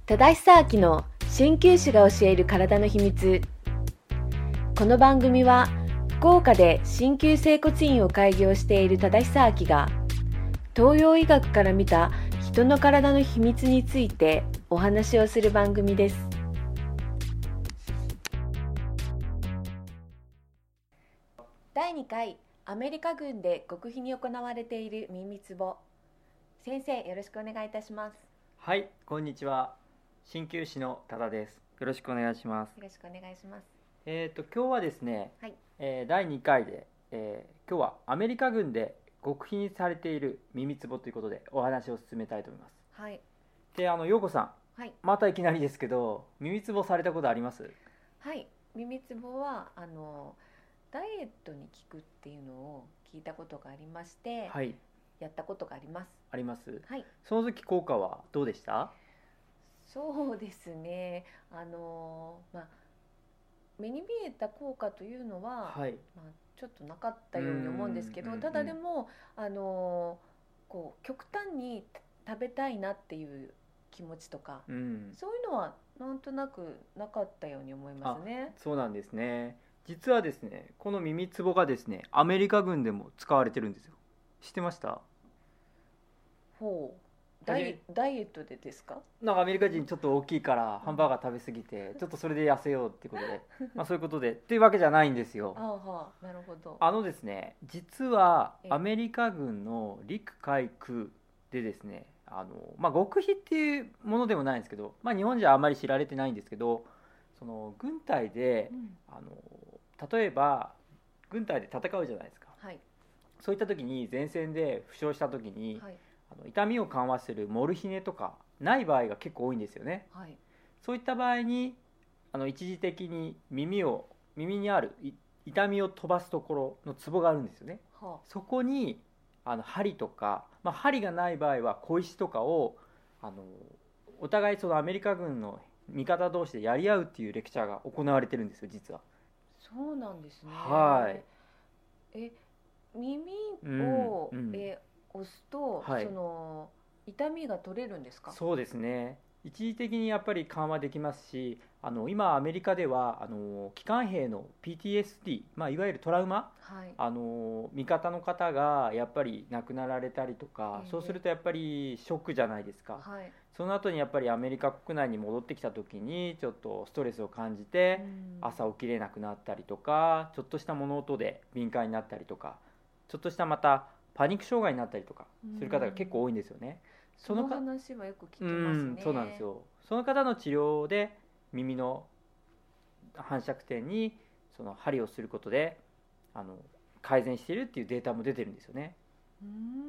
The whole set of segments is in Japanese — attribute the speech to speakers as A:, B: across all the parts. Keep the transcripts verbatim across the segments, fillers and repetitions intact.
A: 多田久明の鍼灸師が教える体の秘密。この番組は福岡で鍼灸整骨院を開業している多田久明が東洋医学から見た人の体の秘密についてお話をする番組です。だいにかいアメリカ軍で極秘に行われている耳つぼ。先生、よろしくお願いいたします。
B: はい、こんにちは。鍼灸師の多田です。よろしくお願いします。
A: よろしくお願いします。
B: えっと今日はですね、
A: はい、
B: えー、だいにかいで、えー、今日はアメリカ軍で極秘にされている耳つぼということでお話を進めたいと思います。
A: はい。
B: で、あの陽子さん、
A: はい、
B: またいきなりですけど、耳つぼされたことあります？
A: はい、耳つぼはあのダイエットに効くっていうのを聞いたことがありまして、
B: はい、
A: やったことがあります。
B: あります。
A: はい。
B: その時効果はどうでした？
A: そうですね。あのまあ目に見えた効果というのは、
B: はい、
A: まあ、ちょっとなかったように思うんですけど、
B: うんうんうん
A: ただでもあのこう極端に食べたいなっていう気持ちとか、
B: うん、
A: そういうのはなんとなくなかったように思いますね。
B: そうなんですね。実はですね、この耳つぼがですね、アメリカ軍でも使われてるんですよ。知ってました？
A: ほう。ダイダイエットでですか？
B: なんかアメリカ人ちょっと大きいからハンバーガー食べ過ぎてちょっとそれで痩せようっていうことでまあそういうことでっていうわけじゃないんですよ。
A: ああ、はあ、なるほど。
B: あのですね、実は
A: え
B: アメリカ軍の陸海空でですね、あのまあ極秘っていうものでもないんですけど、まあ日本じゃあまり知られてないんですけど、その軍隊で
A: うん、
B: あの例えば軍隊で戦うじゃないですか。
A: はい
B: そういった時に前線で負傷した時に、
A: はい
B: あの痛みを緩和するモルヒネとかない場合が結構多いんですよね。
A: はい。
B: そういった場合にあの一時的に耳を耳にあるい痛みを飛ばすところのツボがあるんですよね。
A: は
B: そこにあの針とか、まあ、針がない場合は小石とかをあのお互いそのアメリカ軍の味方同士でやり合うっていうレクチャーが行われてるんですよ、実は。
A: そうなんですね。
B: はい。
A: え、耳
B: うん
A: を、
B: うん、
A: え押すと、
B: はい。
A: その痛みが取れるんですか？
B: そうですね。一時的にやっぱり緩和できますし、あの今アメリカではあの帰還兵の ピーティーエスディー、まあ、いわゆるトラウマ、
A: はい。
B: あの味方の方がやっぱり亡くなられたりとか、
A: ええ
B: そうするとやっぱりショックじゃないですか。
A: はい。
B: その後にやっぱりアメリカ国内に戻ってきた時にちょっとストレスを感じ
A: う
B: て
A: ん。
B: 朝起きれなくなったりとか、ちょっとした物音で敏感になったりとか、ちょっとしたまたパニック障害になったりとかする方が結構多いんですよね。
A: その
B: そのか
A: 話はよく聞き
B: う
A: ます
B: ん、そうなんです
A: ね。
B: よ。その方の治療で耳の反射点にその針をすることであの改善しているっていうデータも出てるんですよね。
A: うん。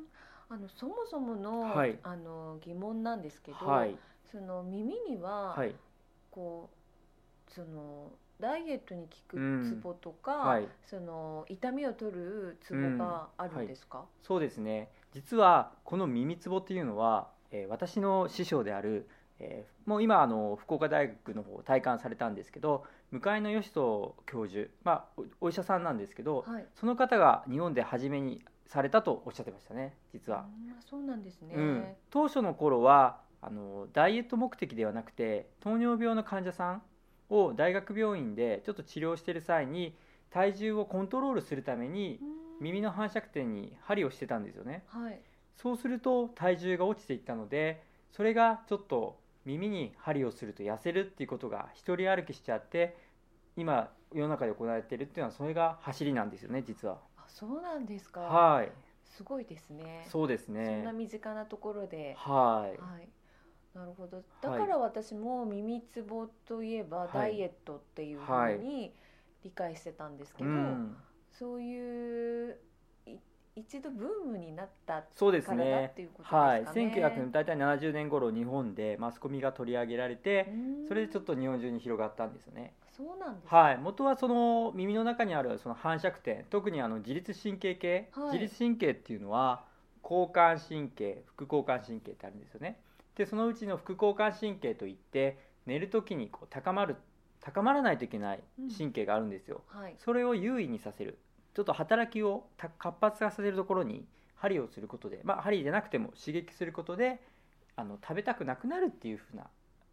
A: あのそもそもの、
B: はい、
A: あの疑問なんですけど、
B: はい、
A: その耳には
B: はい、
A: こうそのダイエットに効
B: う
A: くツ
B: ん、
A: ボとか、
B: はい、
A: その痛みを取るツボ
B: うん、
A: がある
B: はい、
A: んですか？
B: そうですね。実はこの耳つぼっていうのは、えー私の師匠である、えーもう今あの福岡大学の方を退官されたんですけど、向井野義人教授、まあお、お医者さんなんですけど、
A: はい。
B: その方が日本で初めにされたとおっしゃってましたね、実は。
A: うん、あ、そうなんです
B: うん、
A: ね。
B: 当初の頃はあのダイエット目的ではなくて糖尿病の患者さんを大学病院でちょっと治療している際に体重をコントロールするために
A: うん、
B: 耳の反射点に針をしてたんですよね。
A: はい。
B: そうすると体重が落ちていったので、それがちょっと耳に針をすると痩せるっていうことが一人歩きしちゃって、今世の中で行われているっていうのはそれが走りなんですよね、実は。
A: あ、そうなんですか。
B: はい、
A: すごいですね。
B: そうです
A: そんな
B: ね。
A: 身近なところで。
B: はい、
A: はい。なるほど。だ
B: はい、
A: から私も耳つぼといえば
B: はい、
A: ダイエットっていうふう
B: はい。
A: に理解してたんですけ
B: う
A: ど、
B: ん、
A: そういうい一度ブームになった
B: そうです
A: からだっ
B: ね。
A: ていうことで
B: はい、
A: すかね。
B: せんきゅうひゃくだいたいななじゅうねん頃日本でマスコミが取り上げられ
A: うー
B: て、それでちょっ
A: ん、
B: と日本中に広がったんですよね。
A: そうなんですか。
B: はい、元はその耳の中にあるその反射点、特にあの自律神経系、
A: はい。
B: 自律神経っていうのは交感神経、副交感神経ってあるんですよね。で、そのうちの副交感神経といって寝るときにこう高まる高まらないといけない
A: うん。
B: 神経があるんですよ。
A: はい。
B: それを優位にさせる、ちょっと働きをた活発化させるところに針をすることで、まあ、針じゃなくても刺激することであの食べたくなくなるっていう風な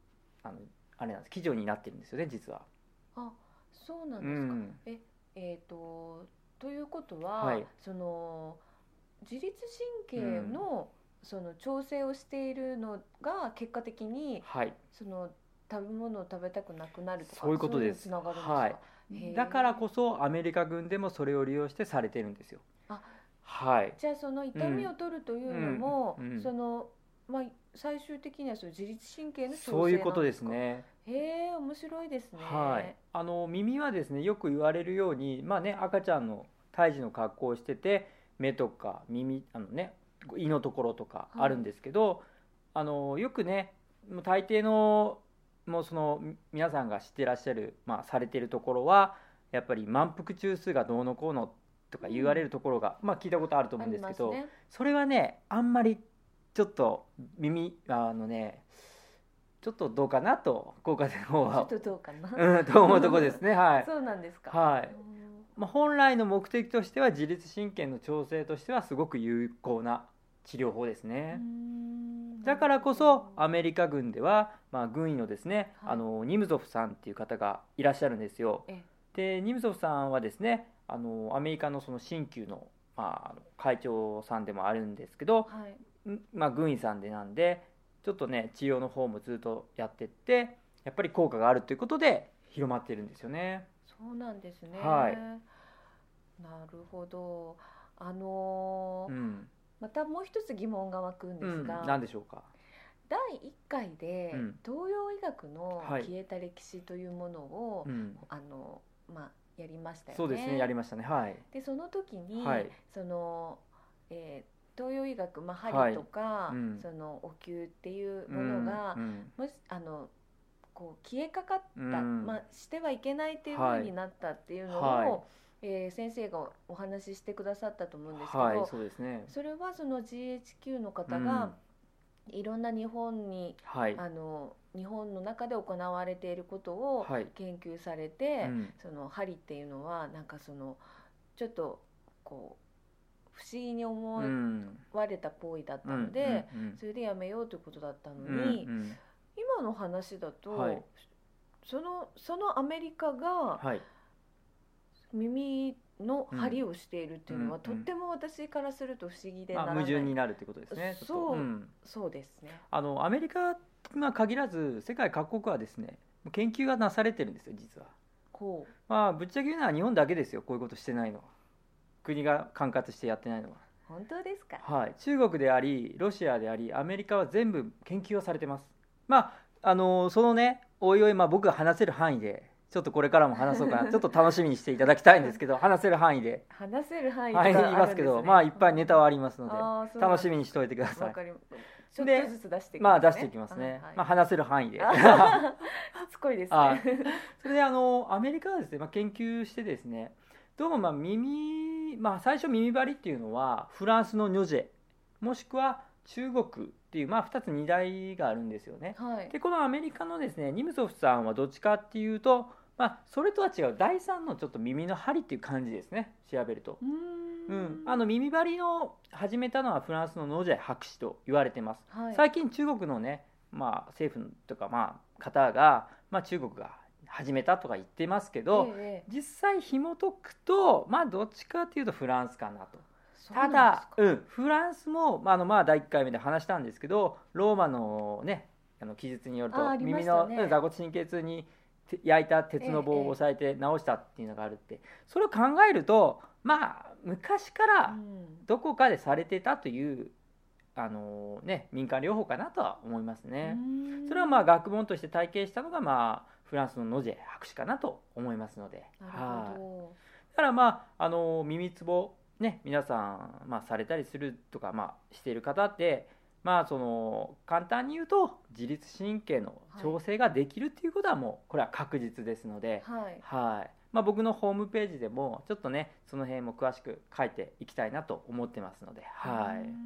B: あのあれなんです、基準になってるんですよね実は。
A: あ、そうなん
B: う
A: ですか。
B: ん、
A: え、えーと、ということは、
B: はい、
A: その自律神経
B: うん、
A: のその調整をしているのが結果的に
B: はい、
A: その食べ物を食べたくなくなるとか、
B: そういうこ
A: そういうのにつ
B: とです。
A: ながるんです
B: はい。
A: か？へ
B: だから
A: え。
B: こそアメリカ軍でもそれを利用してされてるんですよ。
A: あ、
B: はい。
A: じゃあその痛みを
B: うん、
A: 取るというの
B: うん、
A: も、
B: うん。
A: その、まあ、最終的にはその自律神経の調
B: そういうことで
A: 整なんですか？
B: すね。
A: へえ、面白いです
B: はい。
A: ね。
B: あの耳はですね、よく言われるように、まあね、赤ちゃんの胎児の格好をしてて、目とか耳、あのね、胃のところとかあ
A: はい。
B: るんですけど、あのよくね、もう大抵のもうそのみ皆さんが知ってらっしゃる、まあ、されているところは、やっぱり満腹中枢がどうのこうのとか言われ
A: うん、
B: るところが、まあ、聞いたことあると思うん
A: あり
B: ですけど、
A: ますね。
B: それはね、あんまりちょっと耳、あのね、ちょっとどうかなと、効果の方は、
A: ちょっとどうかな。
B: うん、と思うところですね。はい。
A: そうなんですか。
B: はい。
A: うん、
B: まあ、本来の目的としては自律神経の調整としてはすごく有効な治療法です
A: うー
B: ね。
A: ん、な
B: だから
A: るほ
B: こそ
A: ど。
B: アメリカ軍では、まあ、軍医のですね、あ
A: はい。
B: のニムゾフさんっていう方がいらっしゃるんですよ。
A: え、
B: でニムゾフさんはですね、あのアメリカのその鍼灸の、まあ、あの会長さんでもあるんですけど、
A: はい。
B: んまあ、軍医さんでなんでちょっとね治療の方もずっとやってってやっぱり効果があるということで広まってるんですよね。
A: そうなんです
B: はい。
A: ね。なるほど。あのー
B: うん。
A: またもう一つ疑問が湧くん
B: うん。
A: ですが、
B: 何でしょうか。
A: だいいっかいで
B: うん。
A: 東洋医学の
B: はい。
A: 消えた歴史というものを、
B: うん。
A: あの、まあ、やりましたよ
B: そうですね。や
A: ね。
B: りましたね。はい。
A: で、その時に、
B: はい。
A: その、えー東洋医学、まあ、針
B: はい。
A: とか、
B: うん。
A: そのお灸っていうもの
B: うん。
A: が、
B: うん。
A: もし、あの、こう消えかかっ
B: う
A: た、
B: ん。
A: まあ、してはいけないっていう風
B: はい。
A: になったっていうの
B: はい。
A: を、えー先生がお話ししてくださったと思うんですけ
B: はい。
A: ど、
B: そうですね。
A: それはその ジーエイチキュー の
B: う
A: 方が
B: ん。
A: いろんな日本に
B: はい。
A: あの日本の中で行われていることを
B: はい。
A: 研究されて、
B: うん。
A: その針っていうのはなんかそのちょっとこう不思議に
B: う
A: 思
B: ん。
A: われた行為だっ
B: うん。う
A: たので、
B: ん。
A: それでやめようということだったの
B: うん。う
A: に、
B: ん。
A: 今の話だ
B: はい。
A: とそのそのアメリカが
B: はい。
A: 耳の
B: うん。
A: 針をしているって
B: うん。
A: いうのは
B: うん。
A: とっても私からすると不思議で
B: まあ矛盾
A: ならない。
B: になるってことですね。ちょっと。う
A: そう
B: ん。
A: そうですね。
B: あのアメリカに限らず世界各国はですね研究がなされてるんですよ実は。
A: こ
B: まあぶっちゃけ言うのは日本だけですよこういうことしてないのは。国が管轄してやってないのは。
A: う本当ですか？
B: はい、中国でありロシアでありアメリカは全部研究をされてます。まああのそのねおいおい、まあ、僕が話せる範囲でちょっとこれからも話そうかなちょっと楽しみにしていただきたいんですけど話せる範囲で、
A: 話せる範囲と
B: はい、言い
A: かあ
B: ますけど、ま
A: るんですね。
B: あいっぱいネタはありますので
A: ああ、そうなんです。
B: 楽しみにしておいてください。
A: わかります。ちょっと
B: で
A: ずつ出していき
B: ま
A: ますね。
B: あ出していきますね、
A: はいはい。
B: まあ、話せる範囲で
A: あしつこいです
B: あ
A: ね。
B: それであのアメリカはですね、まあ、研究してですねどうもまあ耳、まあ、最初耳張りっていうのはフランスのニョジェもしくは中国っていう、まあ、ふたつに大があるんですよね。
A: はい。
B: でこのアメリカのですねニムソフさんはどっちかっていうと、まあ、それとは違うだいさんのちょっと耳の針っていう感じですね調べると。
A: うーん。
B: うん、あの耳張りの始めたのはフランスのノジェ博士と言われてます。
A: はい。
B: 最近中国のね、まあ、政府とか、まあ、方が、まあ、中国が始めたとか言ってますけど、
A: ええ、
B: 実際紐解くと、まあ、どっちかというとフランスかなと。
A: そうな
B: た
A: んですか。
B: だ、うん、フランスも、まあ、あのまあだいいっかいめで話したんですけどローマのねあの記述によると、
A: あ、ありま
B: 耳の、
A: したね。
B: うん、座骨神経痛にて焼いた鉄の棒を
A: ええ、
B: 押さえて治したっていうのがあるって、それを考えるとまあ昔か
A: う
B: ら
A: ん。
B: どこかでされてたというあの、ね、民間療法かなとは思います
A: うー
B: ね。
A: ん。
B: それはまあ学問として体系したのが、まあ、フランスのノジェ博士かなと思いますので、
A: なる
B: はい
A: ほ
B: だからまああの耳つぼね皆さん、まあ、されたりするとか、まあ、している方ってまあその簡単に言うと自律神経の調整ができるっていうことはもうこれは確実ですので、
A: ど。はい。
B: はいまあ、僕のホームページでもちょっとねその辺も詳しく書いていきたいなと思ってますので、
A: うー
B: はい
A: ん。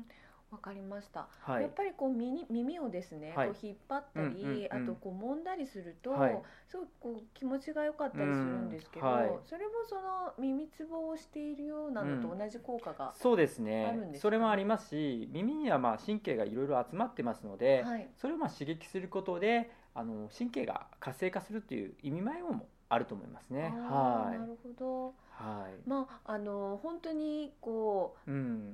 A: わかりました。
B: はい。
A: やっぱりこう耳、耳をですね、
B: はい。
A: こう引っ張った
B: うんうん
A: り、あと
B: うん。
A: こう揉んだりする
B: はい。
A: と、すごくこう気持ちが良かっ
B: う
A: たりするん
B: ん。
A: ですけ
B: はい。
A: ど、それもその耳つぼをしているようなのと
B: うん。
A: 同じ効果が
B: そうですね。
A: あるんで
B: それもあり
A: すかね。
B: ますし、耳にはまあ神経がいろいろ集まってますので、
A: はい。
B: それをまあ刺激することで、あの神経が活性化するっていう意味合いもあると思いますね。
A: ああ、
B: はい。
A: なるほど。
B: はい。
A: まあ、あの本当にこう
B: うん。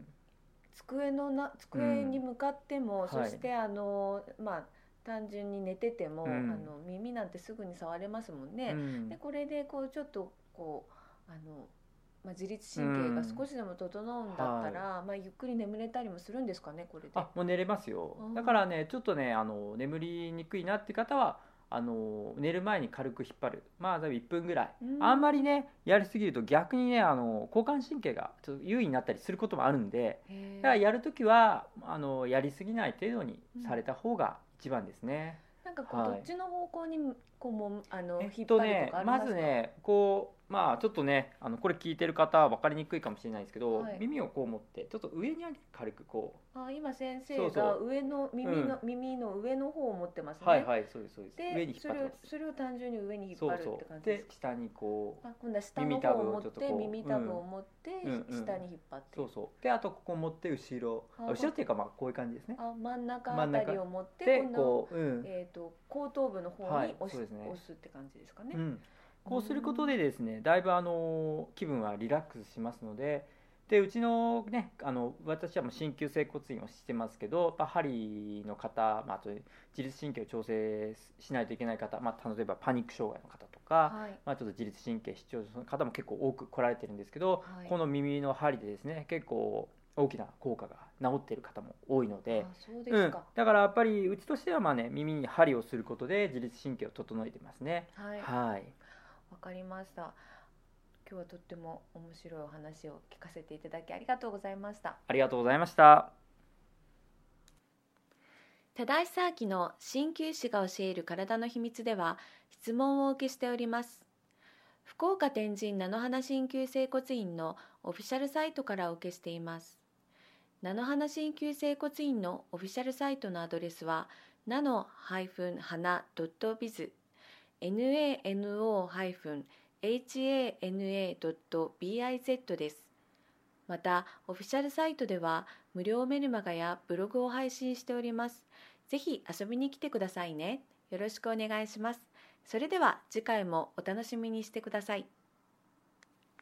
A: 机のな
B: うん。
A: 机に向かっても、そ
B: はい。
A: してあのまあ単純に寝ててもあ
B: うん。
A: の耳なんてすぐに触れますもんね。で
B: うん。
A: これでこうちょっとこうあの、まあ、自律
B: う
A: 神経が少
B: ん。
A: しでも整うんだった
B: はい。
A: ら、まあ、ゆっくり眠れたりもするんですかね、これで。
B: あ、もう寝れますよ。
A: あ
B: だから
A: ー、
B: ね、ちょっとね、あの眠りにくいなって方は、あの寝る前に軽く引っ張る。まあ、多分いっぷんぐらい。
A: うー
B: あんまり
A: ん。
B: ね、やりすぎると逆にね、あの交感神経がちょっと優位になったりすることもあるんで、
A: へえ。
B: だからやるときは、あのやりすぎない程度に
A: うん。
B: された方が一番ですね。
A: なんかこうど
B: はい。
A: っちの方向にこうもあの
B: えっ
A: 引っ張ると
B: とね、
A: かあり
B: ま
A: ますか？
B: ずね、こう、まあちょっとね、あのこれ聞いてる方は分かりにくいかもしれないんですけど、
A: はい。
B: 耳をこう持って、ちょっと上に上げて軽くこ
A: あ、今先
B: う、そ
A: 生が
B: うそ
A: 上の
B: う、う
A: 耳の
B: ん。
A: 耳の上の方を持ってますね。
B: はいはい、そうです、そうです。上に引っ
A: でそれを
B: 張ってます。
A: それを単純に上に引っ張るって
B: そうそう。で、
A: 感じですか？
B: 下にこう、
A: あ、今度は下の
B: 耳
A: 方
B: たぶをちょっと
A: を持って
B: こう、
A: 耳たぶを
B: うん、
A: 持って
B: うんう
A: ひ下
B: ん。
A: に引っ張っていく。
B: そうそう。で、あとここ持って後ろ、あ後ろっていうかまあこういう感じですね。
A: あ、真ん中あ
B: 真ん中
A: たりを持って
B: で、
A: この、
B: こう、うん、
A: えーと、後頭部の方
B: はい、
A: に押し
B: そうですね。
A: 押すって感じですかね。
B: うん。
A: うー
B: こうすること
A: ん。
B: でですね、だいぶあの気分はリラックスしますので、で、うちのね、あの私はもう鍼灸整骨院をしてますけど、まあ、針の方、まあ、あと自律神経を調整しないといけない方、まあ、例えばパニック障害の方とか、
A: はい
B: まあ、ちょっと自律神経失調症の方も結構多く来られてるんですけど、
A: はい。
B: この耳の針でですね、結構大きな効果が治っている方も多いので、
A: あ、そうで
B: うん、
A: すか。
B: だからやっぱりうちとしてはまあね、耳に針をすることで自律神経を整えてますね。
A: はい、
B: はい。
A: わかりました。今日はとっても面白いお話を聞かせていただきありがとうございました。
B: ありがとうございました。
A: 多田久明の鍼灸師が教える体の秘密では質問をお受けしております。福岡天神菜の花鍼灸整骨院のオフィシャルサイトからお受けしています。菜の花鍼灸整骨院のオフィシャルサイトのアドレスはナノハイフンハナドットビズ ナノハイフンハナドットビズ です。また、オフィシャルサイトでは無料メルマガやブログを配信しております。ぜひ遊びに来てくださいね。よろしくお願いします。それでは次回もお楽しみにしてください。